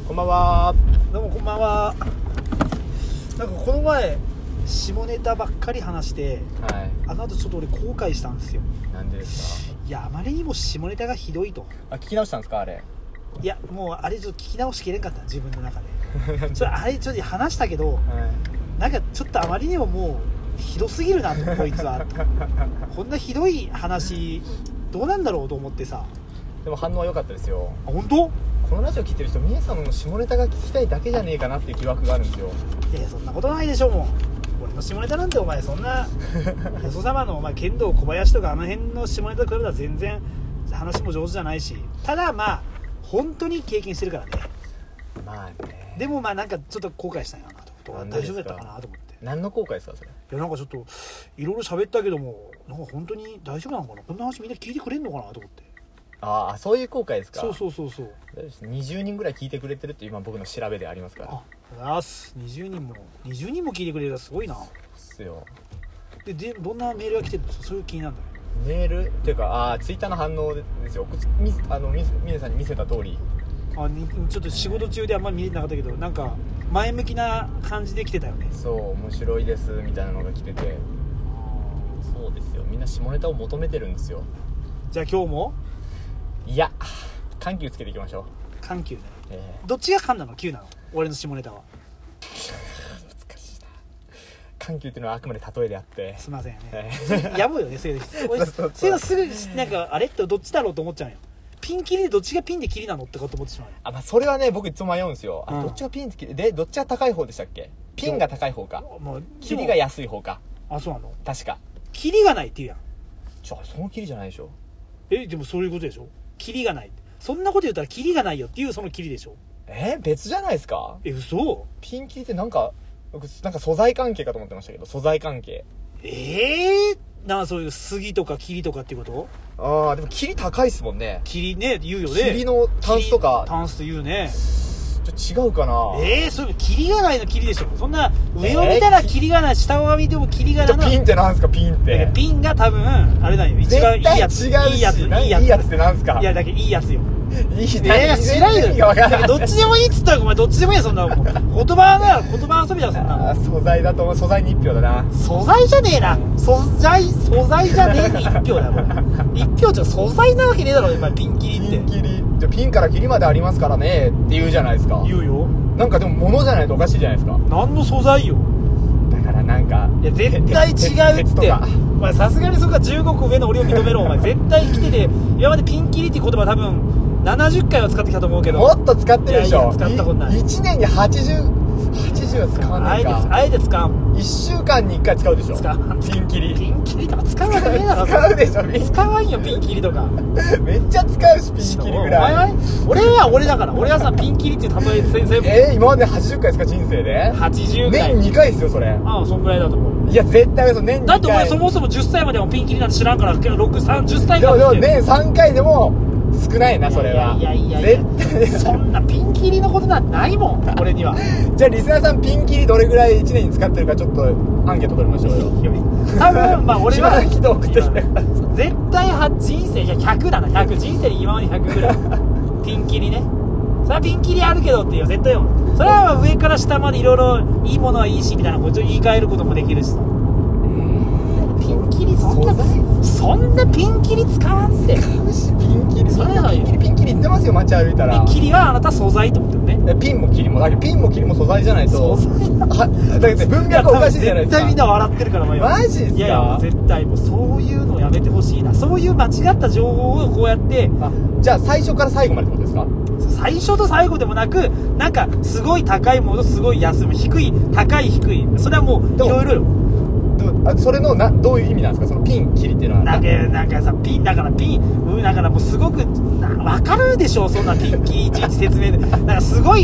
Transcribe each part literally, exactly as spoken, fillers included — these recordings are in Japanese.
こんばんは。 どうもこんばんは。なんかこの前下ネタばっかり話して、 はい。 あの後ちょっと俺後悔したんですよ。 なんでですか？ いや、あまりにも下ネタがひどいと。 あ、聞き直したんですかあれ？ いや、もうあれちょっと聞き直しきれんかった自分の中でちょあれちょっと話したけど、 はい、 なんかちょっとあまりにももうひどすぎるなと、こいつはこんなひどい話どうなんだろうと思ってさ。 でも反応は良かったですよ。 あ、本当？ このラジオ聞いてる人、峰さんの下ネタが聞きたいだけじゃねえかなっていう疑惑があるんですよ。 いや、そんなことないでしょ。もう俺の下ネタなんてお前そんなよそ様のお前剣道小林とかあの辺の下ネタと比べたら全然話も上手じゃないし、ただまあ本当に経験してるからね。 まあね。 でもまあなんかちょっと後悔したいなと思って、大丈夫だったかなと思って。 何の後悔ですかそれ？ いや、なんかちょっといろいろ喋ったけども、なんか本当に大丈夫なのかな、こんな話みんな聞いてくれんのかなと思って。 ああ、そういう後悔ですか？ そうそうそうそう。 にじゅうにんぐらい聞いてくれてるって今僕の調べでありますから。 あ、ありがとうございます。にじゅうにんもにじゅうにんも聞いてくれたらすごいな。 そうですよ。 ででどんなメールが来てるんですか？そういう気になるんだよ。 メールっていうか、ああ、ツイッターの反応ですよ。みあのみ峰さんに見せた通り。 あ、ちょっと仕事中であんまり見れなかったけど、なんか前向きな感じで来てたよね。 そう、面白いですみたいなのが来てて。そうですよ、みんな下ネタを求めてるんですよ。 じゃあ今日もいや、緩急つけていきましょう。 緩急ね、 えー、どっちが緩なの急なの？俺の下ネタは難しいな。緩急っていうのはあくまで例えであって、 すいませんね、 えー、やぼいよねそういうの俺そういうのすぐなんかあれってどっちだろうと思っちゃうよ。ピン切りでどっちがピンで切りなのってこと思ってしまうよ。 あ、まあ、それはね僕いつも迷うんですよ。あ、 うん、 どっちがピンって切りでどっちが高い方でしたっけ？ピンが高い方か、 もう切りが安い方か。 あ、そうなの？ 確か切りがないって言うやん。 じゃあその切りじゃないでしょ。 え、でもそういうことでしょ。切りがない、そんなこと言ったら切りがないよっていうその切りでしょ。 えー、別じゃないですか？ え、嘘？ ピン切りってなんか僕なんか素材関係かと思ってましたけど。素材関係。 ええー、なんかそういう杉とか切りとかっていうこと？ ああ、でも切り高いっすもんね。 切りね、言うよね。 切りのタンスとかタンスと言うね。 ちょ違うかな。 ええー、そういう切りがないの切りでしょ。そんな上を見たら切りがない、下を見ても切りがないの。 ピンってなんすか？ピンってピンが多分あれだよ、一番いいやつ。 絶対違うし、 いいやつ、いいやつ。 いいやつってなんすか？ いや、だけどいいやつよ。 いいねえ、知らんよ。どっちでもいいっつったらお前どっちでもいいよ、そんなもん。言葉な、言葉遊びだ、そんなの。 素材だと思う。素材に一票だな。 素材じゃねえな。素材、素材じゃねえに一票だよ、これ。一票じゃ素材なわけねえだろ、今、ピン切りって。 ピン切り。じゃピンから切りまでありますからねって言うじゃないですか。 言うよ。 なんかでも物じゃないとおかしいじゃないですか。 何の素材よ。 だからなんか。 いや、絶対違うって。お前、さすがにそこはじゅうごこ上の俺を認めろ。お前、絶対来てて、今までピン切りっていう言葉多分、ななじゅっかいは使ってきたと思うけど。 もっと使ってるでしょ。 いやいや、使ったことない。 いちねんにはちじゅう、はちじゅうは使わないか。 あえて使う。 いっしゅうかんにいっかい使うでしょ。 使う。 ピン切り。 ピン切りとか使うわけねえだろ。 使うでしょ、ピン。 使わんよ、ピン切りとか。 めっちゃ使うし、ピン切りぐらい。 お前は俺は俺だから。俺はさ、ピン切りっていう例え先生。 えー、今まではちじゅっかいですか、人生で？ はちじゅうぐらい。 年にかいですよ、それ。 ああ、そんぐらいだと思う。 いや、絶対嘘、年にかい。 だって俺そもそもじゅっさいまでもピン切りなんて知らんから、ろく、さんじゅっさいでも、 から。 でも年さんかいでも少ないな、それは。 いやいやいやいや、絶対そんなピン切りのことなんてないもん、俺には。じゃあリスナーさん、ピン切りどれぐらいいちねんに使ってるかちょっとアンケート取りましょうよ。 多分まあ俺は人送ってきた絶対は人生、いやひゃくだな、ひゃく、人生に今までひゃくぐらいピン切りね。それはピン切りあるけどっていう、絶対よ。それは上から下までいろいろいいものはいいしみたいなこと言い換えることもできるしさ。ピン切りそんなそんなピン切り使わんって。 使うし、ピン切りそれはピン切りピン切り言ってますよ、街歩いたら。 切りはあなた素材と思ってるね。 ピンも切りもだけど、ピンも切りも素材じゃないと。 素材だって文脈おかしいじゃないですか。 絶対みんな笑ってるから。 マジっすか？ いやいや、もう絶対もうそういうのやめてほしいな。そういう間違った情報をこうやって。 あ、じゃあ最初から最後までってことですか？ 最初と最後でもなく、なんかすごい高いもの、すごい安いもの、低い高い低い、それはもういろいろよ。 あ、それのなどういう意味なんですか、そのピン切りっていうのは。 なんかなんかさ、ピンだからピン、うん、だからもうすごくな分かるでしょ、そんなピン切りいちいち説明で。なんかすごい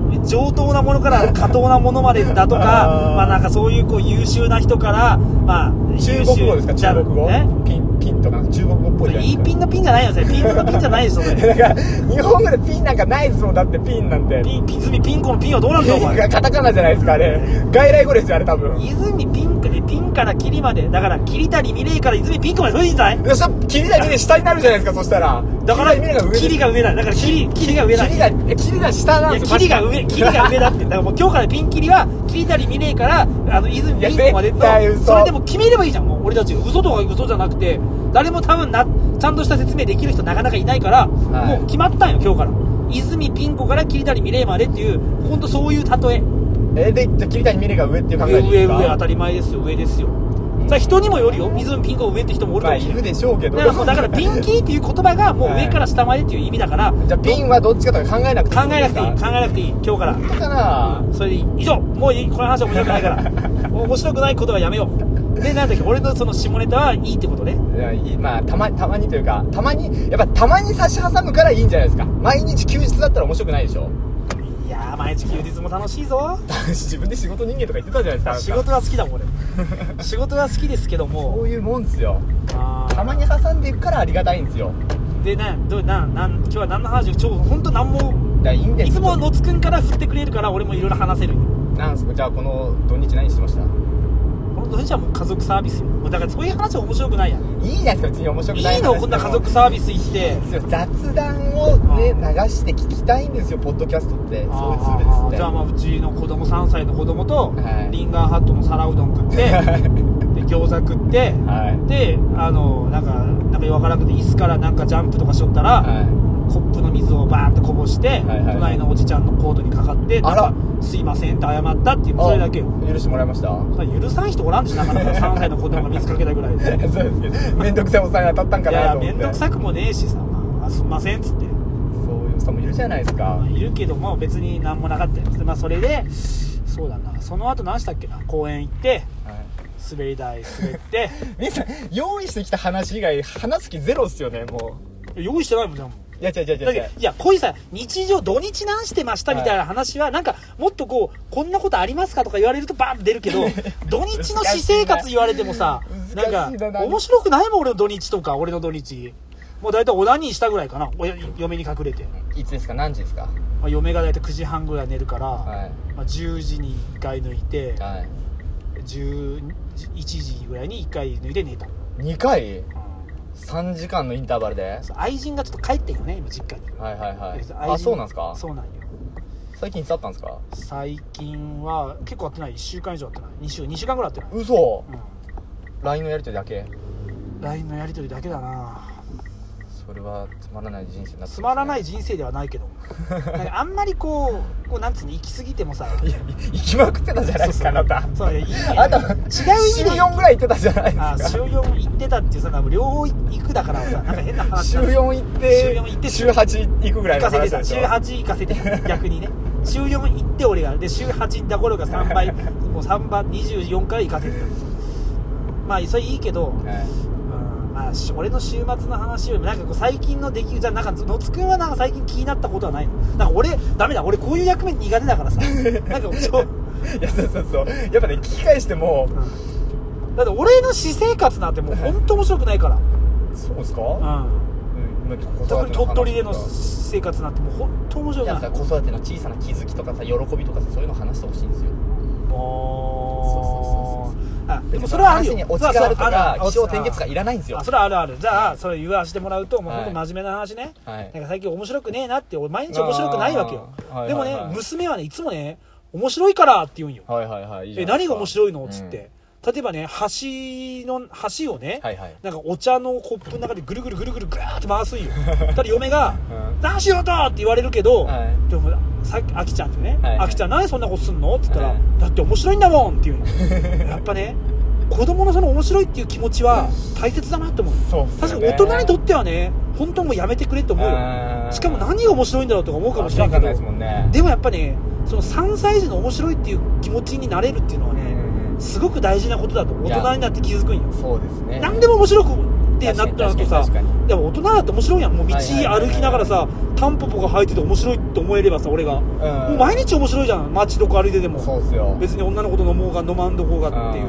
上等なものから下等なものまでだとかまあなんかそういうこう優秀な人からまあ中国語ですか、中国語、 ね、 ピンピンとか中国語っぽいじゃないですか。 いいピンのピンじゃないよ、それピンのピンじゃないでしょそれだから日本語でピンなんかないですもん、だってピンなんてピン泉ピン子のピンはどうなんだお前カタカナじゃないですか、あれ外来語ですよあれ多分。 泉ピンクでピンからキリまでだから桐谷美玲から泉ピンクまでそれでいいんじゃない？ そしたら桐谷美玲下になるじゃないですか、そしたらだから桐谷美玲が上キリが上だだからキリキリが上だキリがえキリが下なんいやですよ。 キリが上キリが上だってだからもう今日からピンキリは桐谷美玲からあの泉ピン子までといや絶対嘘それでも決めればいいじゃん。もう俺たち嘘とか嘘じゃなくて誰も多分なちゃんとした説明できる人なかなかいないから、 はい、 もう決まったんよ今日から泉ピン子から桐谷美玲までっていう本当そういう例ええでじゃあ桐谷美玲が上っていう考えでいい上ですか？ 上上当たり前ですよ上ですよ。さあ人にもよるよ泉ピン子が上って人もおるかもしれない、 まあ、いるでしょうけどだからもうだからピンキリっていう言葉がもう上から下までっていう意味だから、 じゃあピンはどっちかとか考えなくていい考えなくていい考えなくていい今日から本当かな、 それでいい以上もういいこの話は面白くないから面白くないことはやめようでなんだっけ俺のその下ネタはいいってことね。 いやいいまあたまたまにというかたまにやっぱたまに差し挟むからいいんじゃないですか。毎日休日だったら面白くないでしょ。 いやー毎日休日も楽しいぞ自分で仕事人間とか言ってたじゃないですか。 仕事は好きだもん俺仕事は好きですけどもそういうもんですよ。 あたまに挟んでいくからありがたいんですよ。 でなどななん今日は何の話ちょ本当何もいやいいんですいつも野津くんから振ってくれるから俺もいろいろ話せる。 なんすか。じゃあこの土日何してました？ この土日はもう家族サービスよ。もうだからそういう話は面白くないやん。 いいじゃないですか別に面白くないいいのこんな家族サービス行って雑談をね流して聞きたいんですよポッドキャストって。そういうツールですって。 じゃあまあうちの子供さんさいの子供と、 はい、 リンガーハットの皿うどん食ってで餃子食って、はい、であのなんかなんかよくわからなくて椅子からなんかジャンプとかしよったら、はい、コップの水をバーンとこぼして、はいはいはい、隣のおじちゃんのコートにかかってあらすいませんって謝ったっていうそれだけよ。 許してもらいました。 許さん人おらんしなかなかさんさいの子供が水かけたぐらいでそうですけど面倒くさいおっさんに当たったんかなと思って。いやいや面倒くさくもねえしさ、まあ、すいませんっつってそういう人もいるじゃないですか、 まあ、いるけども別に何もなかったよ。まあそれでそうだなその後何したっけな公園行って、はい、滑り台滑って皆さん用意してきた話以外話す気ゼロっすよね。もう用意してないもんじゃん。もういや違う違う違う違ういやこういうさ日常土日何してましたみたいな話は、はい、なんかもっとこうこんなことありますかとか言われるとバーンと出るけど土日の私生活言われてもさなんか面白くないもん俺の土日とか俺の土日もう大体オナニーしたぐらいかな嫁に隠れて。 いつですか何時ですか？ まあ、嫁が大体くじはんぐらい寝るから、 はいまあ、じゅうじにいっかい抜いて、 はい、 じゅういちじぐらいにいっかい抜いて寝た。 にかい、うん、さんじかんのインターバルで。 愛人がちょっと帰ってんよね今実家に。 はいはいはいあそうなんですか。 そうなんよ。 最近いつあったんですか？ 最近は結構会ってないいっしゅうかん以上会ってない2週、にしゅうかんぐらい会ってない。 嘘、 うん、 ライン のやり取りだけ。 ライン のやり取りだけだな。 それはつまらない人生になってますね。 つまらない人生ではないけどなんかあんまりこうこうなんつうの行き過ぎてもさいや行きまくってたじゃないですか。あなたそういい、ね、 あなた違う意味で週よんぐらい行ってたじゃないですか。 あ週よん行ってたっていうさ両方行くだからさなんか変な話。 週よん行って週よん行って週はち行くぐらいの話でしょ。 週はち行かせて逆にね週よん行って俺がで週はち行った頃がさんばいもうさんばいにじゅうよんから行かせてた。まあそれいいけど、はいまあ、俺の週末の話よりもなんかこう最近の出来じゃなんか野津くんはなんか最近気になったことはないの？なんか俺ダメだ俺こういう役目苦手だからさなんかそういやそうそうそうやっぱね聞き返しても、 うん、だって俺の私生活なんてもう本当面白くないからそうですか？ うん、うん、特に鳥取での生活なんてもう本当面白くない。いや子育ての小さな気づきとかさ喜びとかさそういうの話してほしいんですよ。 おーあでもそれはあるよ。 話にオチがあるとか気象転結がいらないんですよ。 あそれはあるある。じゃあそれ言わせてもらうともう本当真面目な話ね、 はい、 なんか最近面白くねえなって俺毎日面白くないわけよ、はいはいはい、でもね娘はねいつもね面白いからって言うんよ、 はいはいはい、いいえ何が面白いのっつって、うん、例えばね橋の橋をね、はいはい、なんかお茶のコップの中でぐるぐるぐるぐるぐーって回すんよただ嫁が「何しようと!」って言われるけど、はい、でもさっきあきちゃんってね「あき、はいはい、ちゃん何そんなことすんの?」って言ったら、はい、だって面白いんだもんって言うのやっぱね子供のその面白いっていう気持ちは大切だなって思う。そうですよね。確かに大人にとってはね本当もうやめてくれって思うよ。しかも何が面白いんだろうとか思うかもしれないけどですもんね。 でもやっぱねそのさんさい児の面白いっていう気持ちになれるっていうのはねすごく大事なことだと大人になって気づくんよ。 そうですね。 何でも面白くってなったらとさ、 確かに確かにでも大人だって面白いやん。もう道はいはいはいはい歩きながらさ、タンポポが生えてて面白いって思えればさ、俺が、 うん、 もう毎日面白いじゃん。街どこ歩いてても。 そうっすよ。 別に女の子と飲もうが飲まんどこうがっていう、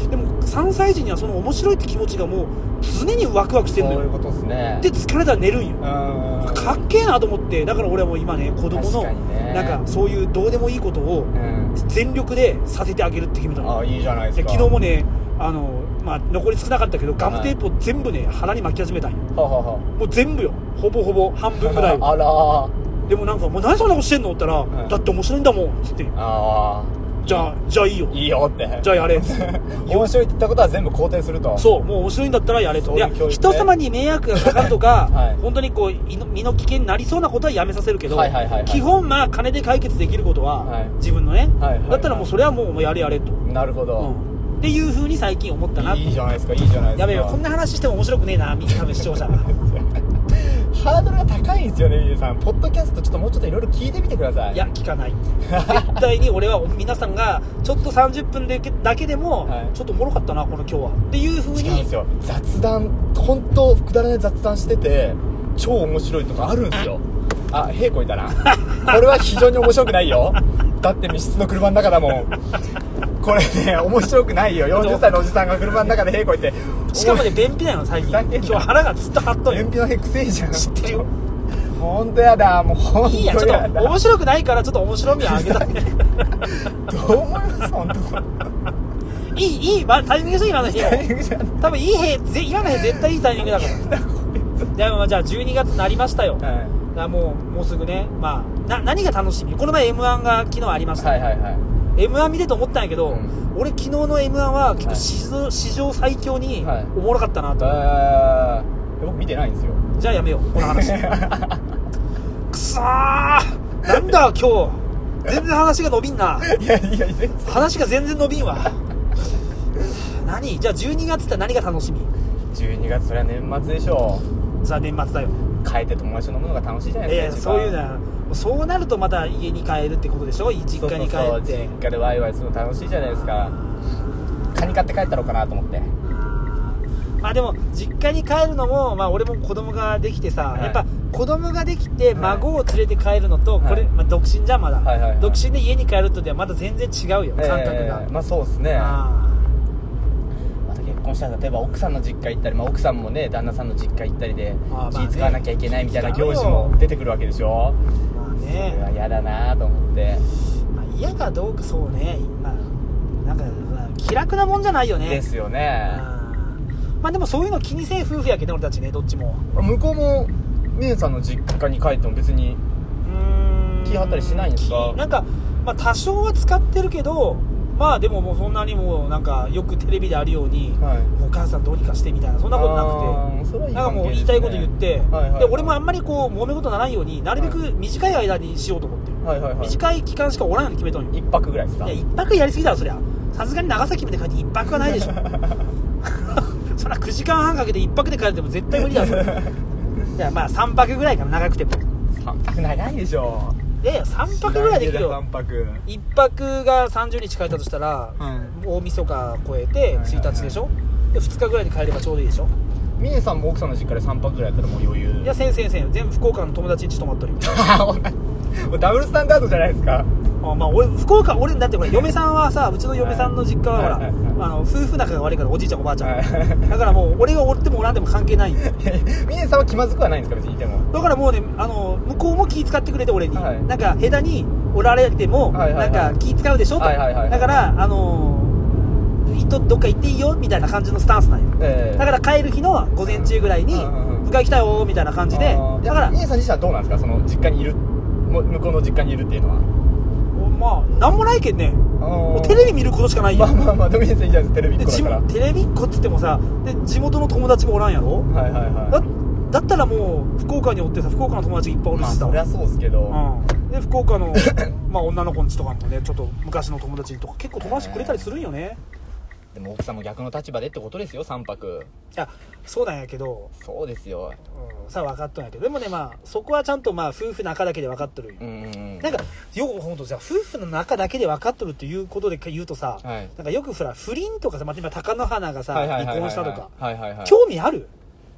でもさんさい児にはその面白いって気持ちがもう常にワクワクしてるのよ。 そういうことっすね。 で疲れたら寝るんよ。 うん、 かっけえなと思って。だから俺はもう今ね、子供の確かにね、 なんかそういうどうでもいいことをうん、 全力でさせてあげるって決めたの。 あ、いいじゃないですでか。 昨日もね、あのまあ、残り少なかったけどガムテープを全部ね腹に巻き始めたんよ。 はははもう全部よ、ほぼほぼ半分ぐらいをあらー。 でもなんか「もう何そんなことしてんの?」って言ったら、 うんだって面白いんだもん」っつってあ 「じゃあじゃあいいよー、いいよって。 じゃあやれ」 面白いって言ったことは全部肯定すると。 そう、もう面白いんだったらやれと。いや、 そういう教育ね人様に迷惑がかかるとか、 はい本当にこういの身の危険になりそうなことはやめさせるけど、 はいはいはいはい基本まあ金で解決できることは、 はい自分のね、 はいはいはいだったらもうそれはもうもうやれやれと、 なるほど、 うんっていう風に最近思ったな。 いいじゃないですか、いいじゃないですか。 やべえよ、こんな話しても面白くねえな、み多分視聴者が。 ハードルが高いんですよね、皆さん。ポッドキャストちょっともうちょっといろいろ聞いてみてください。 いや、聞かない。絶対に俺は皆さんがちょっとさんじゅっぷんでだけでも、 はいちょっとおもろかったなこの今日はっていう風に。 違うんですよ。雑談、本当くだらない雑談してて超面白いとかあるんですよ。あ、へいこいたな。これは非常に面白くないよ。だって密室の車の中だもん。これね、面白くないよ。よんじゅっさいのおじさんが車の中でへいこいて。 しかもね、便秘なの最近。 ふざけんな今日腹がずっと張っとるよ。 便秘のへくせえじゃん。 知ってるよ。 本当やだ、もう本当いいや、ちょやだ。 っと面白くないからちょっと面白みを上げたい。 どう思います本当。 いい、いい、ま、タイミングでしょ今の日。 タイミングじゃん。 多分いい日、ぜ今の日絶対いいタイミングだから。でもじゃあじゅうにがつになりましたよ。 はだからもう、もうすぐね、まあ、な、何が楽しみこの前 エムワン が昨日ありましいた。 はいはいはい。 エムワン 見てて思ったんやけど、 うん俺昨日の エムワン は結構はい史上,、史上最強にはいおもろかったなと、 あー僕見てないんですよ。 じゃあやめようこの話くそーなんだ今日全然話が伸びんないやいや全然話が全然伸びんわ何じゃあじゅうにがつって何が楽しみじゅうにがつそれは年末でしょさあ年末だよ。 う。帰って友達と飲むのが楽しいじゃないいやいやですか。 そういうなそうなるとまた家に帰るってことでしょ実家に帰そうそうそうって実家でワイワイするの楽しいじゃないですか。カニ買って帰ったろうかなと思って。 まあでも実家に帰るのも、まあ、俺も子供ができてさ、 はいやっぱ子供ができてはい孫を連れて帰るのと、 はいこれ、まあ、独身じゃんまだ、 はいはいはい独身で家に帰るとではまた全然違うよ感覚が、 えーまあそうですね。 あまた結婚したら例えば奥さんの実家行ったり、まあ、奥さんもね旦那さんの実家行ったりであーまあね気使わなきゃいけないみたいな行事も出てくるわけでしょ。 ーまあそれはね、 嫌だなと思って。 まあ、嫌かどうかそうね、まあ、なんか、まあ、気楽なもんじゃないよねですよね。 あーまあでもそういうの気にせん夫婦やけど俺たちねどっちも向こうもみえさんの実家に帰っても別にうーん気張ったりしないんですか気なんか、まあ、多少は使ってるけどまあでももうそんなにもうなんかよくテレビであるように、 はいもうお母さんどうにかしてみたいなそんなことなあーくてそれはいいなんかもう関係ですね言いたいこと言って、 はいはいはいで俺もあんまりこう揉め事ならんようになるべく短い間にしようと思ってる、 はいはいはい。 短い期間しかおらんように決めとんよ。 一泊ぐらいですか。 いや一泊やりすぎだろそりゃ。さすがに長崎まで帰って一泊はないでしょそりゃくじかんはんかけて一泊で帰っても絶対無理だぞいやまあさんぱくぐらいかな長くても。 三泊長いでしょ。 いやいやさんぱくぐらいできるよ。 三泊。 いっぱくがさんじゅうにち帰ったとしたら、 うん大晦日超えてついたちでしょ、でふつかぐらいで帰ればちょうどいいでしょ。 みえさんも奥さんの実家で三泊ぐらいやったらもう余裕。 いや先生先生全部福岡の友達ん家泊まっとるよもうダブルスタンダードじゃないですか。 あまあ俺福岡俺だってこれ嫁さんはさうちの嫁さんの実家はほら、 はいはいはいあの夫婦仲が悪いからおじいちゃんおばあちゃん、 はいだからもう俺がおってもおらんでも関係ないんよみえさんは気まずくはないんですか別にいても。 だからもうねあの向こうも気使ってくれて俺に、 はいなんか下手におられても、 はいはいはいなんか気使うでしょと、 はいはいはいはいだからあのいっとどっか行っていいよみたいな感じのスタンスなんよ、 ええだから帰る日の午前中ぐらいにうんうんうん迎え来たよみたいな感じで、 あーだからみえさん自身はどうなんですかその実家にいるも向こうの実家にいるっていうのは。 まあなんもないけんねもうテレビ見ることしかないよ、 まあまあまあでもみえさんいいじゃないですかテレビっで地子だから。 元テレビっ子っつってもさで地元の友達もおらんやろ、 はいはいだはだったらもう福岡におってさ福岡の友達いっぱいおい。まあるしさ、 そりゃそうですけど。 うん、で福岡のまあ女の子んちとかもねちょっと昔の友達とか結構友達くれたりするんよね。 でも奥さんも逆の立場でってことですよ三泊。 いやそうなんやけど、 そうですよ。 うん、さあ分かっとんやけどでもねまあそこはちゃんとまあ夫婦仲だけで分かっとるよ、 うんうんうん。 なんかよくほんとじゃ夫婦の仲だけで分かっとるっていうことで言うとさ、 はいなんかよくほら不倫とかさ、まあ、今貴乃花がさ、 はいはいはいはい離婚したとか、 はいはいはい。 興味ある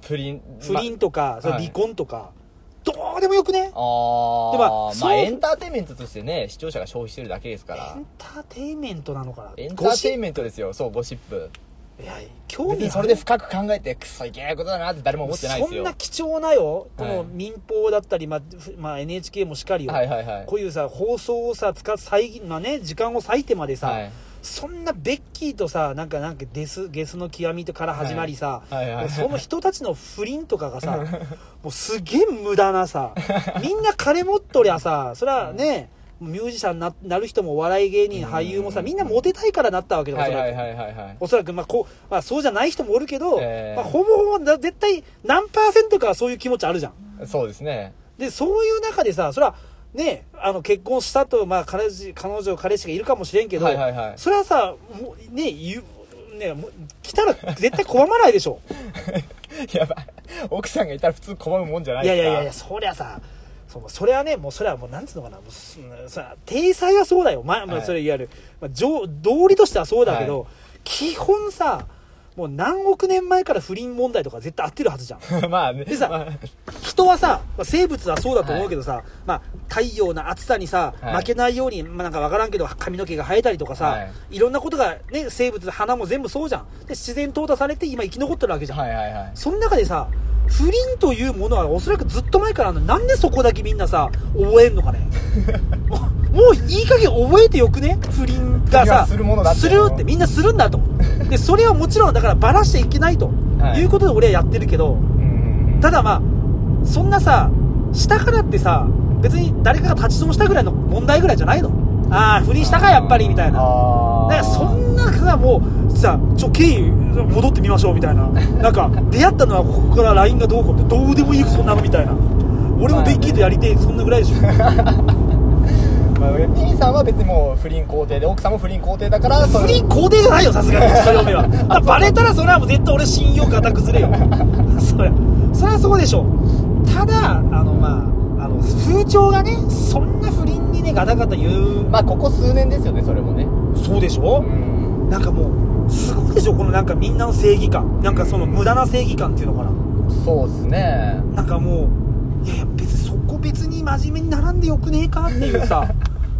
不倫不倫とか、 まそれ離婚とか、どうでもよくね。 あでもあそうまあエンターテインメントとしてね視聴者が消費してるだけですからエンターテインメントなのかな。 エンターテインメントですよ。そうゴシップ。 いや興味別にそれで深く考えてクソいけないことだなって誰も思ってないですよ。 そんな貴重なよ、こはいの民放だったり、まあまあ、エヌエイチケー もしっかりよ、 はいはいはい。 こういうさ放送をさ使う遮まあね時間を割いてまでさ、 はいそんなベッキーとさなんかなんかゲスゲスの極みとから始まりさ、 はいはいはいもうその人たちの不倫とかがさもうすげえ無駄なさ、みんな金持っとりゃさそれはねミュージシャンに な, なる人もお笑い芸人俳優もさみんなモテたいからなったわけだよ、 はいおそらくはいはいはいはい。 おそらくまあこう、まあ、そうじゃない人もおるけど、 えーまあ、ほぼほぼだ絶対何パーセントかはそういう気持ちあるじゃん。 そうですね。 でそういう中でさそれはねあの結婚したと、まあ、彼氏彼女彼氏がいるかもしれんけど、 はいはいはい。 それはさもうね言うねもう来たら絶対拒まないでしょやばい。奥さんがいたら普通拒むもんじゃないいですか。 やいやいやいやそりゃさそうそれはねもうそれはもうなんつうのかなもうすさ体裁はそうだよ、まあまあ、 はいそれいわゆる、まあ、道道理としてはそうだけど、 はい基本さもう何億年前から不倫問題とか絶対合ってるはずじゃん。 まあね。 でさまあ人はさ、まあ生物はそうだと思うけどさ、まあ、太陽の暑さにさ、 はい負けないように、まあ、なんかわからんけど髪の毛が生えたりとかさ、 はいい、ろんなことがね生物花も全部そうじゃん。で自然淘汰されて今生き残ってるわけじゃん、 はいはいはい。 その中でさ不倫というものはおそらくずっと前からあるの。なんでそこだけみんなさ覚えんのかねもうもういい加減覚えてよくね不倫がさ不倫はするものだってするってみんなするんだとでそれはもちろんだからバラしちゃいけないと、 はいい、うことで俺はやってるけど、 うんうんうん。 ただまあそんなさしたからってさ別に誰かが立ち損したぐらいの問題ぐらいじゃないの。ああ不倫したかやっぱりみたいな。 あだからそんなさもうさちょ経緯戻ってみましょうみたいななんか出会ったのはここから ライン がどうこうってどうでもいいそんなのみたいな。俺もベッキーとやりてえそんなぐらいでしょまあ、兄さんは別にもう不倫肯定で奥さんも不倫肯定だからそれ不倫肯定じゃないよさすがにそれはだからバレたらそれはもう絶対俺信用が崩れよそりゃそりゃそうでしょ。ただあのまああの風潮がねそんな不倫にねガタガタ言う、 まあここ数年ですよねそれもね。 そうでしょ、 うんなんかもうすごいでしょこのなんかみんなの正義感なんかその無駄な正義感っていうのかな。 そうっすね。 なんかもういやいや別にそこ別に真面目に並んでよくねえかっていうさ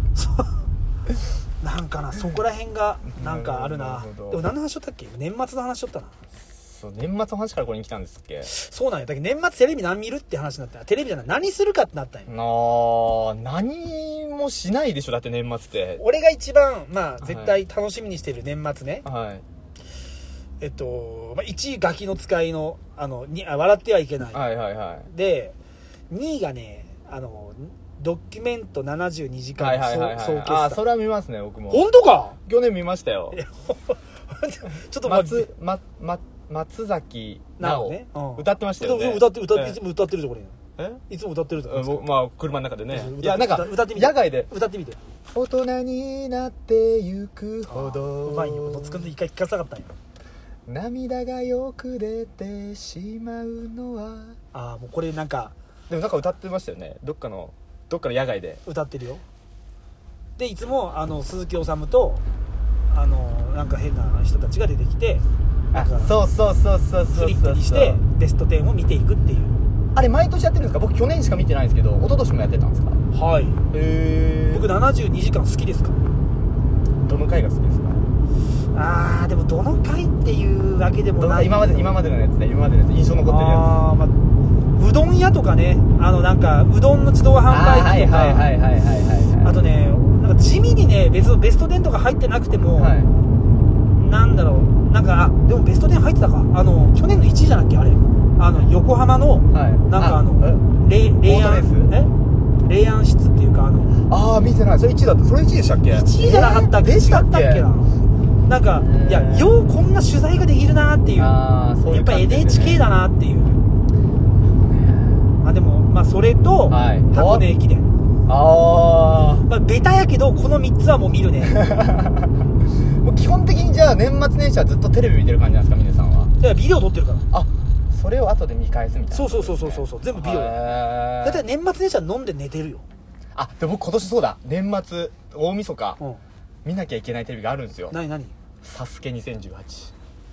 そうなんかなそこら辺がなんかあるな。 なるほどでも何の話しとったっけ年末の話しとったな。 そう年末の話からこれに来たんですっけ。 そうなんやだけど年末テレビ何見るって話になったらテレビじゃない何するかってなったんや。 なあ何もしないでしょだって年末って。 俺が一番まあ絶対楽しみにしてる年末ね、 はいえっと、まあ、いちいガキの使いのあのにあ笑ってはいけない、 はいはいはいでにいがねあのドキュメントななじゅうにじかんはいはいはいはい。 総決算。 あそれは見ますね僕も。 本当か去年見ましたよ。 ちょっと待って松まま松崎直なおね、うん歌ってましたよね。 歌って歌ってえいつも歌ってるぞこれえいつも歌ってるぞうん僕まあ車の中でね。 歌っていやなんか歌ってみて野外で歌ってみて大人になってゆくほどうまいよどつくんで一回聞かせたかったんよ。 涙がよく出てしまうのは。 ああもうこれなんかでもなんか歌ってましたよねどっかのどっかの野外で。 歌ってるよ。でいつもあの鈴木おさむとあのなんか変な人たちが出てきてなあんかそうそうそうそうそうそう。 フリップにしてベストテンを見ていくっていう。 あれ毎年やってるんですか。僕去年しか見てないんですけど一昨年もやってたんですか。 はいへえ僕ななじゅうにじかん好きですか。 どの回が好きですか。 あーでもどの回っていうわけでもない。 どの今まで今までのやつね今までのやつ印象残ってるやあー、まあ、うどん屋とかねあのなんかうどんの自動販つ。あーはい売機とかはいはいはいはいはい。 あとねなんか地味にね別のベストテンとか入ってなくても、 はいなんだろうなんかあでもベストテン入ってたかあの去年のいちいじゃなっけあれあの横浜のはいなんかあのあ霊霊安ボートレースえ霊安室っていうかあのあー見てないそれいちいだったそれいちいでしたっけ。 いちいじゃなかったっけ、 えーでしたっけ。 違ったっけななんかいやようこんな取材ができるなっていうあーそういうやっぱり エヌエイ感じですねチケー だなっていうあでもまあそれとはい箱根駅伝、 あまあ、ベタやけどこのみっつはもう見るねあもう基本的にじゃあ年末年始はずっとテレビ見てる感じなんですか峰さんは。 いやビデオ撮ってるからあそれを後で見返すみたいな。 そうそうそうそうそうそう全部ビデオだへーだいたい年末年始は飲んで寝てるよ、 あでも僕今年そうだ年末大晦日うん、 見なきゃいけないテレビがあるんですよ。 何何サスケにせんじゅうはち。 あ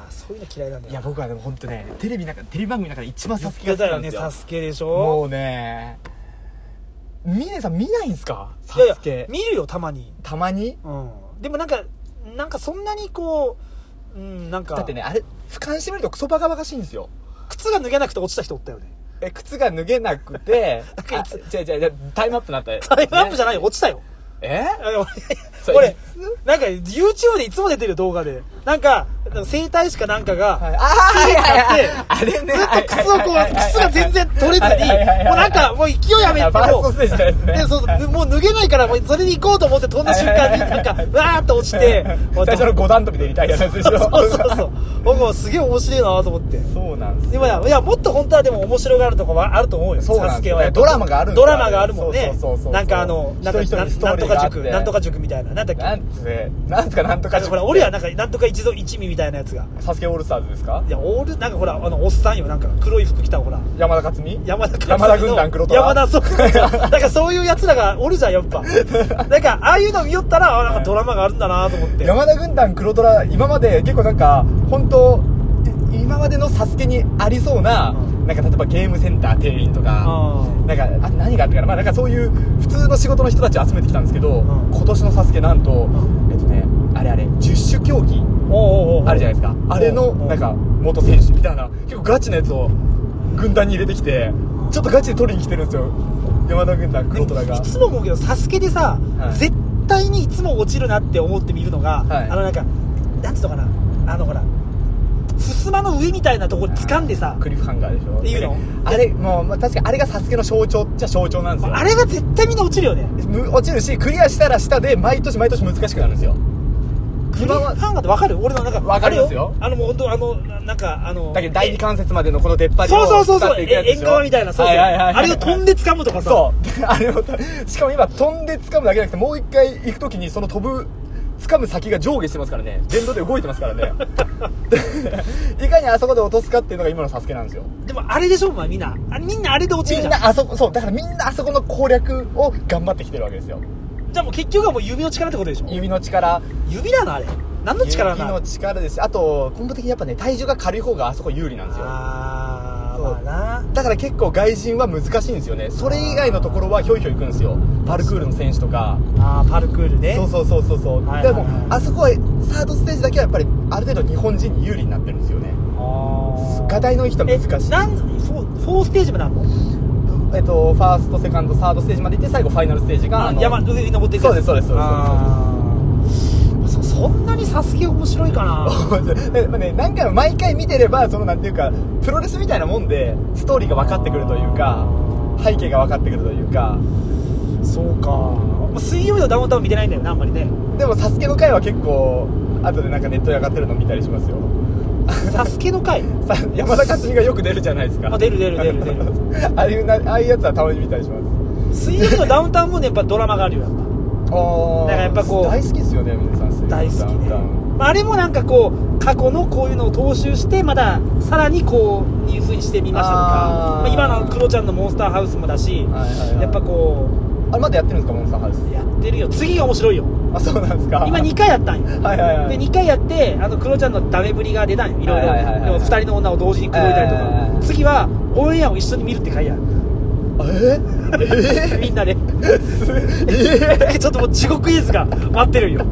あそういうの嫌いなんだよ。 いや僕はでも本当ねテレビなんかテレビ番組の中で一番サスケが好きだよねなんですよ。 サスケでしょ。 もうねミネさん見ないんすかサいやスケ。 いや見るよたまに。 たまに。 うんでもなんかなんかそんなにこううんなんかだってねあれ俯瞰してみるとクソバカバカしいんですよ。 靴が脱げなくて落ちた人おったよね。 え靴が脱げなくてなんかいつあ違う違う違うタイムアップなったタイムアップじゃないよ落ちたよ。 えそれ俺俺なんか YouTube でいつも出てる動画でなんか整体師かなんかがはいあーはいはいはいあれねずっと靴をこう靴が全然取れずにはいはいはいはいもうなんかもう勢いやめてファーストステージのやつねでそうもう脱げないからもうそれに行こうと思って飛んだ瞬間になんかわーっと落ちて最初のご段跳びでリタイアのやつでしょ。 そうそうそう僕もすげえ面白いなと思って。 そうなんですよ。 でもいやいやもっと本当はでも面白がるとこはあると思うよ。 そうなんですよサスケはやっぱドラマがあるんですよドラマがあるもんね。 そうそうそうそうなんかあのなんか一人一人なんストーリなんとかーがあって塾なんとか塾みたいななんだっけなんてなんとかなんとかあのほら俺はなんかなんとか一度一味みたいなやつがサスケオールスターズですか。 いやオールなんかほらあのおっさんよなんか黒い服着たほら山田勝美山田山田軍団黒虎山田そうそうそうなんかそういうやつらがおるじゃんやっぱなんかああいうの見よったらあなんかドラマがあるんだなと思って山田軍団黒虎今まで結構なんか本当今までのサスケにありそうな、うん、なんか例えばゲームセンター店員とか、うん、なんかあ何があったかなまあなんかそういう普通の仕事の人たちを集めてきたんですけど、うん、今年のサスケなんと、うん、えっとねあれあれ十種競技あるじゃないですか。あれのなんか元選手みたいな結構ガチなやつを軍団に入れてきてちょっとガチで取りに来てるんですよ山田軍団黒虎が。 いつも思うけどサスケでさ、はい、絶対にいつも落ちるなって思って見るのが、はい、あのなんかなんつうのかなあのほら襖の上みたいなところ掴んでさクリフハンガーでしょっていうのあれもう、まあ、確かにあれがサスケの象徴っちゃ象徴なんですよ。 あれが絶対みんな落ちるよね。 落ちるしクリアしたら下で毎年毎年難しくなるんですよ。 クリフハンガーって分かる？俺のなんか分かりますよ。 あのもう本当あのなんかあのだけど第二関節までのこの出っ張りをそうそうそうそう使っていくやつでしょ。 縁側みたいなそうそう、はいはいはいはい、あれを飛んで掴むとかさそうあれをしかも今飛んで掴むだけじゃなくてもう一回行くときにその飛ぶ掴む先が上下してますからね電動で動いてますからねいかにあそこで落とすかっていうのが今のサスケなんですよ。 でもあれでしょ、まあ、みんなあれみんなあれで落ちるじゃん。 みんなあそこそうだからみんなあそこの攻略を頑張ってきてるわけですよ。 じゃあもう結局はもう指の力ってことでしょ。 指の力指なのあれ何の力なの。 指の力です。あと根本的にやっぱね体重が軽い方があそこ有利なんですよ。 あーまあな。 だから結構外人は難しいんですよね。それ以外のところはひょいひょい行くんですよ。パルクールの選手とか。 ああパルクールね。 そうそうそうそうそう、はいはいはい、でもあそこはサードステージだけはやっぱりある程度日本人に有利になってるんですよね。あガタイのいい人は難しい。 なんフォーステージまであるの。 えっとファーストセカンドサードステージまで行って最後ファイナルステージがあの山上に登っていく。 そうですそうですそうですそうです。 そ, そんなにサスケ面白いかなね、何回も毎回見てればそのなんていうかプロレスみたいなもんでストーリーが分かってくるというか背景が分かってくるというか。 そうか水曜日のダウンタウン見てないんだよねあんまりね。 でもサスケの回は結構後でなんかネットに上がってるの見たりしますよ。 サスケの回山田勝美がよく出るじゃないですか。 あ出る出る出る出るああいうなああいうやつはたまに見たりします。 水曜日のダウンタウンもねやっぱドラマがあるよやっぱ。 あだからやっぱこう大好きですよね皆さん。 大好きね。あれもなんかこう過去のこういうのを踏襲してまださらにこういう風にしてみましたとか、まあ、今のクロちゃんのモンスターハウスもだし、はいはいはい、やっぱこうあれまだやってるんですかモンスターハウス。 やってるよ。次が面白いよ。 あそうなんですか。 今にかいやったんよはいはい、はい、 でにかいやってあのクロちゃんのダメぶりが出たんよいろいろ、はいはいはいはい、ふたりの女を同時に口説いたりとか、はいはいはい、次はオンエアを一緒に見るって回やる。 えー、 みんなで、えー、ちょっともう地獄絵図が待ってるよ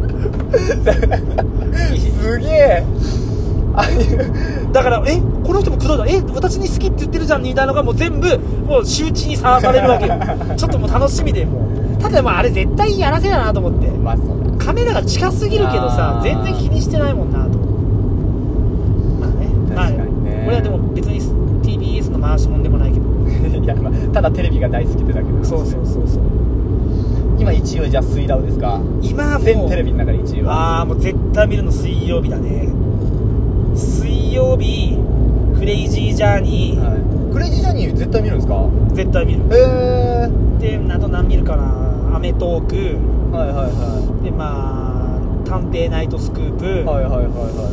すげえだからえこの人も口説いたえ私に好きって言ってるじゃんみたいなのがもう全部もう周知にさらされるわけよちょっともう楽しみでもうただまああれ絶対やらせだなと思って、まあ、そうカメラが近すぎるけどさ全然気にしてないもんなと。まあねまあね俺はでも別に ティービーエス の回しもんでもないけどいや、まあ、ただテレビが大好きってだけで。 そうそうそうそう。 今いちいはじゃあ水ラウですか。 今もう全テレビの中でいちいはああもう絶対見るの水曜日だね。水曜日クレイジージャーニー、 はい、クレイジージャーニー絶対見るんですか。 絶対見る。 へえであと何見るかな。アメトークはいはいはいでまあ探偵ナイトスクープはいはいはいはいはい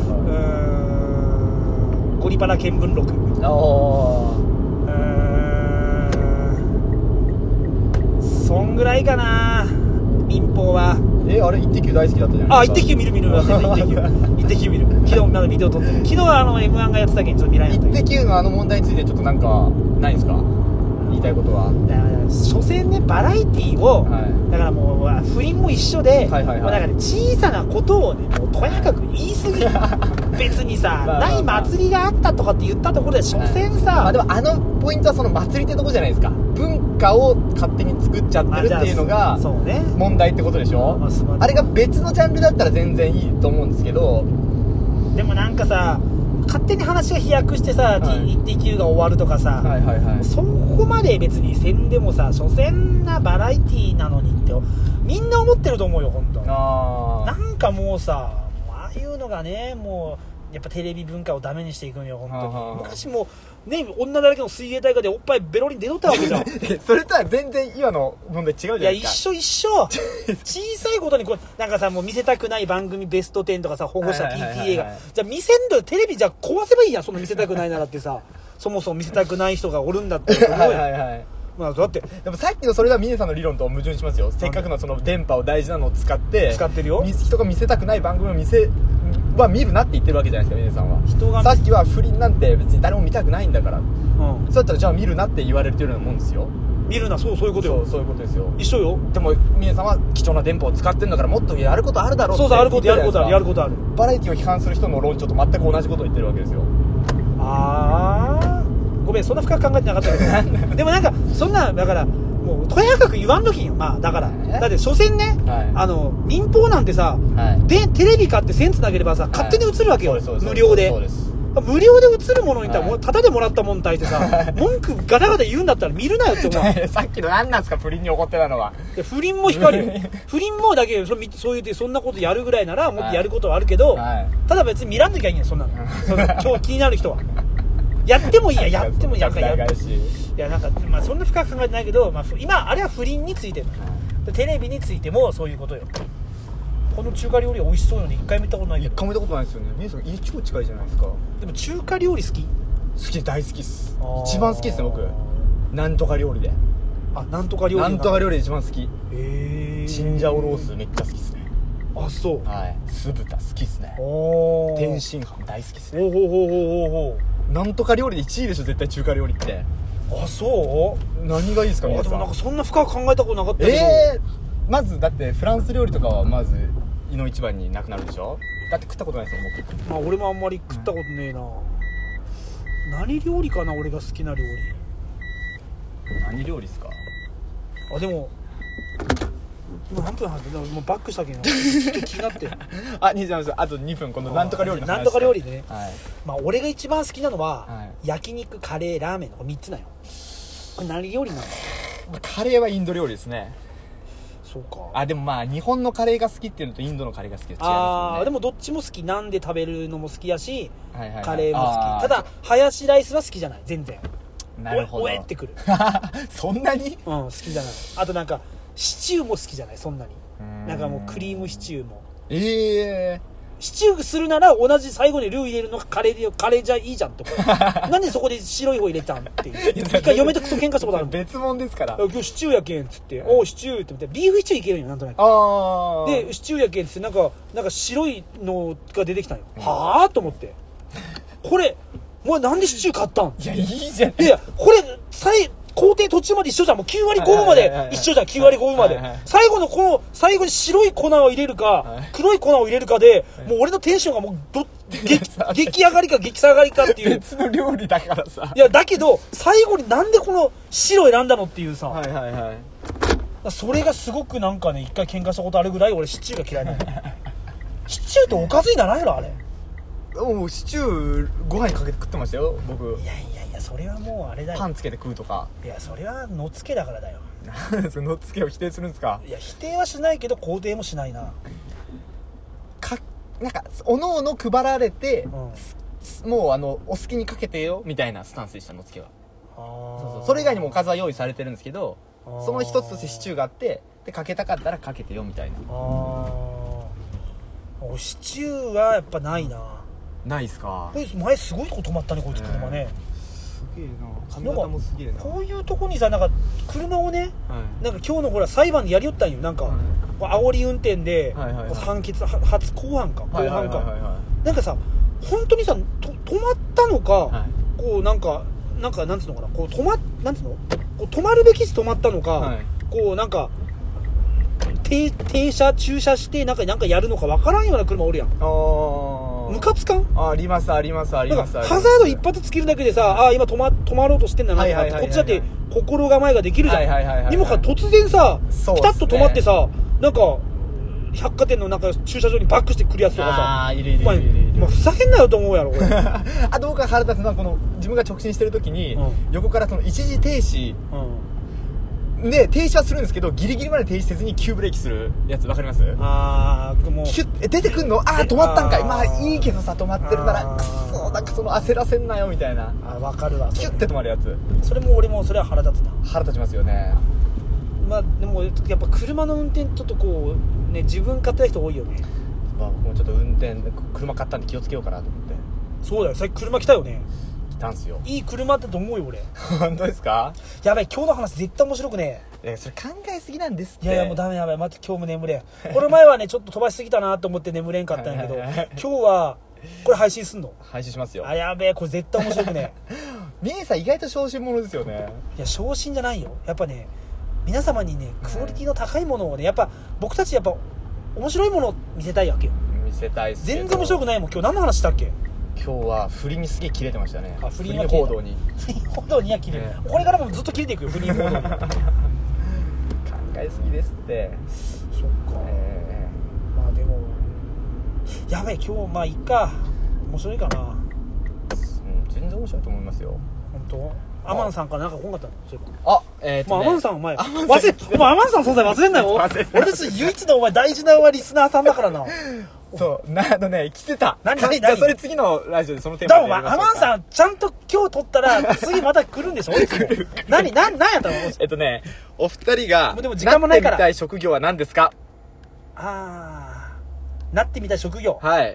うーんゴリパラ見聞録ああそんぐらいかな。 民放は。 えあれイッテ Q 大好きだったじゃないあ、イッテですか。 Q 見る見る忘れて、イッテ Q イッテ Q 見る。昨日まだビデオ撮ってる。昨日はあの エムワン がやってたけどちょっと見られなかったけど。 イッテ Q のあの問題についてちょっとなんかないんですか、言いたいことは。 だから所詮ねバラエティーを、 はい、 だからもう不倫も一緒で、 はいはいはい、 もうだから、ね、小さなことをねもうとやかく言い過ぎ別にさ、まあまあまあ、ない祭りがあったとかって言ったところで所詮さ、 まあ、でもあのポイントはその祭りってとこじゃないですか。文化を勝手に作っちゃってるっていうのが問題ってことでしょ、まあそうね、あれが別のジャンルだったら全然いいと思うんですけど、 でもなんかさ勝手に話が飛躍してさ、はい、イッテ Q が終わるとかさ、 はいはいはい、 そこまで別にせんでもさ所詮なバラエティーなのにってみんな思ってると思うよ本当。あなんかもうさああいうのがねもうやっぱテレビ文化をダメにしていくんよ本当に。昔もね女だらけの水泳大会でおっぱいベロリン出とったわけじゃんそれとは全然今の問題違うじゃないですか。 いや一緒一緒小さいことにこうなんかさもう見せたくない番組ベストテンとかさ保護者 ピーティーエー がじゃあ見せんのよテレビじゃ壊せばいいやんその見せたくないならってさそもそも見せたくない人がおるんだって思うよはいはい、はいまあ、だってでもさっきのそれは峰さんの理論と矛盾しますよ。せっかくのその電波を大事なのを使って使ってるよ人が見せたくない番組を見せは見るなって言ってるわけじゃないですか峰さんは。 人がさっきは不倫なんて別に誰も見たくないんだから、うん、そうだったらじゃあ見るなって言われてるようなもんですよ。 見るなそうそういうことよ。 そうそういうことですよ。 一緒よ。 でも峰さんは貴重な電波を使ってるんだからもっとやることあるだろうって。 そうそうあることやることあるやることある。 バラエティを批判する人の論調と全く同じことを言ってるわけですよ。 あーごめんそんな深く考えてなかったけどでもなんかそんなだからもうとやかく言わんときんよ。まあだからだって所詮ね、はい、あの民放なんてさ、はい、でテレビ買って線つなげればさ、はい、勝手に映るわけよ、はい、無料で。そうです無料で映るものにたら、はい、タダでもらったものに対してさ文句ガタガタ言うんだったら見るなよって思うさっきの何なんすか不倫に怒ってたのは。 不倫も光るよ不倫もだけそそういうそんなことやるぐらいならもっとやることはあるけど、はい、ただ別に見らんときゃいいんやそんなのその超気になる人はやってもいいややってもいいややいやなんか、まあ、そんな深く考えてないけど、まあ、今あれは不倫についてのテレビについてもそういうことよ。この中華料理美味しそうよね。一回見たことないけど。 一回見たことないですよね。姉さん家超近いじゃないですか。 でも中華料理好き？ 好き大好きっす。一番好きっすね僕。なんとか料理で。 あなんとか料理。 なんとか料理で一番好き。 へえ。 チンジャオロースめっちゃ好きっすね。 あそう。 はい。酢豚好きっすね。 お天津飯大好きっすね。 ほうほうほうほうほう。なんとか料理でいちいでしょ絶対中華料理って。 あそう何がいいですか皆さん。 でもなんかそんな深く考えたことなかったけど。 えー、まずだってフランス料理とかはまず胃の一番になくなるでしょ。だって食ったことないですよ僕。 まあ俺もあんまり食ったことねえな、うん、何料理かな俺が好きな料理。 何料理ですか。 あでも今何分話してもうバックしたけどちょっと気になってあにじゃあとにふんこのなんとか料理の話。 なんとか料理ね、 はい、 まあ俺が一番好きなのは、 はい、 焼肉カレーラーメンのみっつだよ。これ何料理なの。 カレーはインド料理ですね。 そうか。 あでもまあ日本のカレーが好きっていうのとインドのカレーが好きで違いますよね。 ああでもどっちも好き。なんで食べるのも好きやし、 はいはいはい、 カレーも好き。ただハヤシライスは好きじゃない全然。 なるほど。 おえってくるそんなにうん好きじゃない。あとなんかシチューも好きじゃないそんなに。なんかもうクリームシチューもええー、 シチューするなら同じ最後にルー入れるのがカレーでカレーじゃいいじゃんってなんでそこで白い方入れたんっていう一回嫁とクソ喧嘩したことある。 別物ですから。 今日シチューやけんっつっておうシチューって言ってビーフシチューいけるんよなんとなく。 あでシチューやけんっつってなんかなんか白いのが出てきたんよ、うん、はぁと思ってこれお前なんでシチュー買ったん。 いやいいじゃん。 いやこれ最工程途中まで一緒じゃん。もうきゅうわりごぶまで一緒じゃん。きゅうわりごぶまで、はいはいはい、最後のこの最後に白い粉を入れるか、はい、黒い粉を入れるかで、はい、もう俺のテンションがもうど激激上がりか激下がりかっていう別の料理だからさ。 いやだけど最後になんでこの白選んだのっていうさ、 はいはいはい、 それがすごくなんかね一回喧嘩したことあるぐらい俺シチューが嫌いなのシチューっておかずにならんやろあれ。 もうシチューご飯にかけて食ってましたよ僕。 いやいやいやそれはもうあれだよ。 パンつけて食うとか。 いやそれはのつけだからだよ。 なんでそののつけを否定するんですか。 いや否定はしないけど肯定もしないな。 かなんかおのおの配られて、うん、もうあのお好きにかけてよみたいなスタンスでしたのつけは。あそうそうそれ以外にもおかずは用意されてるんですけどその一つとしてシチューがあってでかけたかったらかけてよみたいな。あシチューはやっぱないな。 ないっすか。 前すごいこと止まったねこいつ車ね。 すげえな。髪型もすげえな。 こういうとこにさなんか車をね、はい、なんか今日のほら裁判でやりよったんよなんか、はい、 こう煽り運転で、 はいはいはい、 判決は初公判か後半か、 はいはいはいはい、 なんかさ本当にさと止まったのか、 はい、 こうなんかなんかなんつうのかなこう止まなんつうのこう止まるべき時止まったのか、はい、こうなんか停, 停車駐車してなんかなんかやるのかわからんような車おるやん。 あムカつかん？ ありますありますあります。 ハザード一発つけるだけでさ、あ今止ま止まろうとしてんだなとか、はいはいはいはい、こっちだって心構えができるじゃん、はいはいはいはい、にもか突然さ、ね、ピタッと止まってさ、なんか百貨店のなんか駐車場にバックしてくるやつとかさ、 あいるいるいるいるいる、 まあ、ふざけんなよと思うやろこれあと僕が腹立つのはこの自分が直進してる時に、うん、横からその一時停止、うん、で停止はするんですけどギリギリまで停止せずに急ブレーキするやつ分かります？ あーもうシュッ出てくんの？あー止まったんかい、まあいいけどさ止まってるならくそなんかその焦らせんなよみたいな。 あ分かるわ。 キュッて止まるやつ、 それも俺もそれは腹立つな。 腹立ちますよね。 まあでもやっぱ車の運転ちょっとこうね自分勝手な人多いよね。 まあ僕もちょっと運転車買ったんで気をつけようかなと思って。 そうだよ、さっき車来たよね。 来たんすよ。 いい車だと思うよ俺本当ですか？やばい今日の話絶対面白くねえ。いやそれ考えすぎなんですって。 いやいやもうダメやばい待って今日も眠れこれ前はねちょっと飛ばしすぎたなと思って眠れんかったんやけど今日はこれ配信すんの？ 配信しますよ。 あやべえこれ絶対面白くねミネさん意外と小心者ですよね。 いや小心じゃないよ、やっぱね皆様にねクオリティの高いものをねやっぱ僕たちやっぱ面白いものを見せたいわけよ。 見せたいっすけど全然面白くないもん。今日何の話したっけ？ 今日は振りにすげえ切れてましたね。 あ振りに報道に振り報道には切れる、ね、これからもずっと切れていくよ振り報道に考えすぎですって。 そっか、えー、まあでもやべえ今日まあいっか面白いかな、うん、 全然面白いと思いますよ。 本当？アマンさんからなんか来んかったの？そういえばあ、えーとね、 まあ、アマンさんお前忘れお前アマンさん存在忘れんなよ俺たち唯一のお前大事なお前リスナーさんだからなそうなあのね来てた。 何何じゃあそれ次のラジオでそのテーマでやりましょうか。だお前アマンさんちゃんと今日撮ったら次また来るんでしょ何何何やったの？ えっとねお二人がでも時間もないからなってみたい職業は何ですか？ あーなってみたい職業、 はい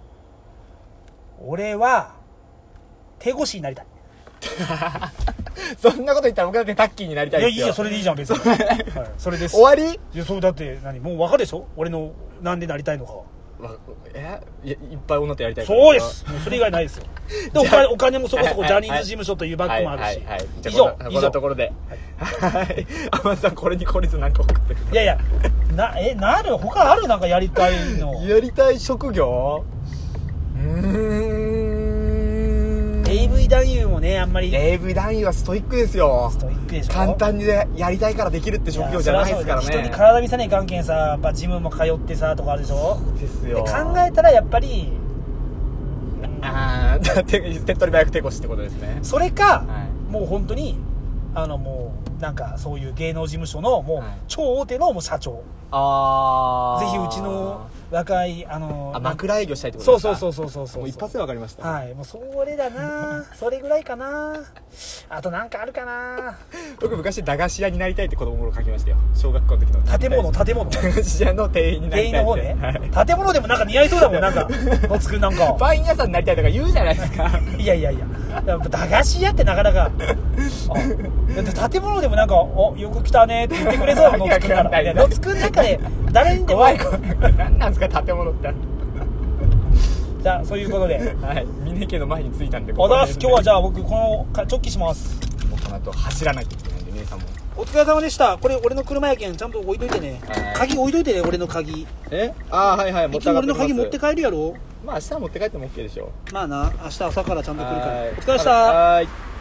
俺は手越しになりたいそんなこと言ったら僕だってタッキーになりたいですよ。 いやいいよそれでいいじゃん別に、はい、それです終わり？ いやそうだって何もう分かるでしょ俺のなんでなりたいのか。 えいやいっぱい女とやりたいそうですもうそれ以外ないですよでお金お金もそこそこジャニーズ事務所というバッグもあるし、はいはいはい、以上以上こんなところではいアマンさんこれにこれずなんか送ってくる。 いやいやなえなる他あるなんかやりたいのやりたい職業うーんエーブイ 男優もねあんまりエーブイ 男優はストイックですよ。 ストイックでしょ。 簡単にやりたいからできるって職業じゃないですからね。 人に体見せない関係さやっぱジムも通ってさとかあるでしょ。 そうですよ。 で考えたらやっぱりああ手っ取り早く手越しってことですね。 それか、 はい、もう本当にあのもうなんかそういう芸能事務所のもう超大手のもう社長、 あぜひうちの若いあのあ枕営業したいってことですか。 そうそうそうそうそうそうもう一発で分かりました。 はいもうそれだなそれぐらいかな。あとなんかあるかな。 僕昔駄菓子屋になりたいって子供の頃書きましたよ小学校の時の。 建物建物駄菓子屋の店員になりたいって。 店員の方ね、はい、建物でもなんか似合いそうだもんなんかのつくなんかパン屋さんになりたいとか言うじゃないですかいやいやいややっぱ駄菓子屋ってなかなかあだって建物でもなんかおよく来たねって言ってくれそうなのつくんならいやのつくんなんかね誰にでも怖い怖い何なんですか建物ってじゃあそういうことではい峰家の前に着いたんでおだす今日はじゃあ僕この直帰します。 もうこの後走らなきゃいけないんで姉さんもお疲れ様でした。これ俺の車やけんちゃんと置いといてね。鍵置いといてね俺の鍵。 えあーはいはい持って俺の鍵持って帰るやろ。 まあ明日は持って帰っても OK でしょ。 まあな明日朝からちゃんと来るから。お疲れ様でした。 はい。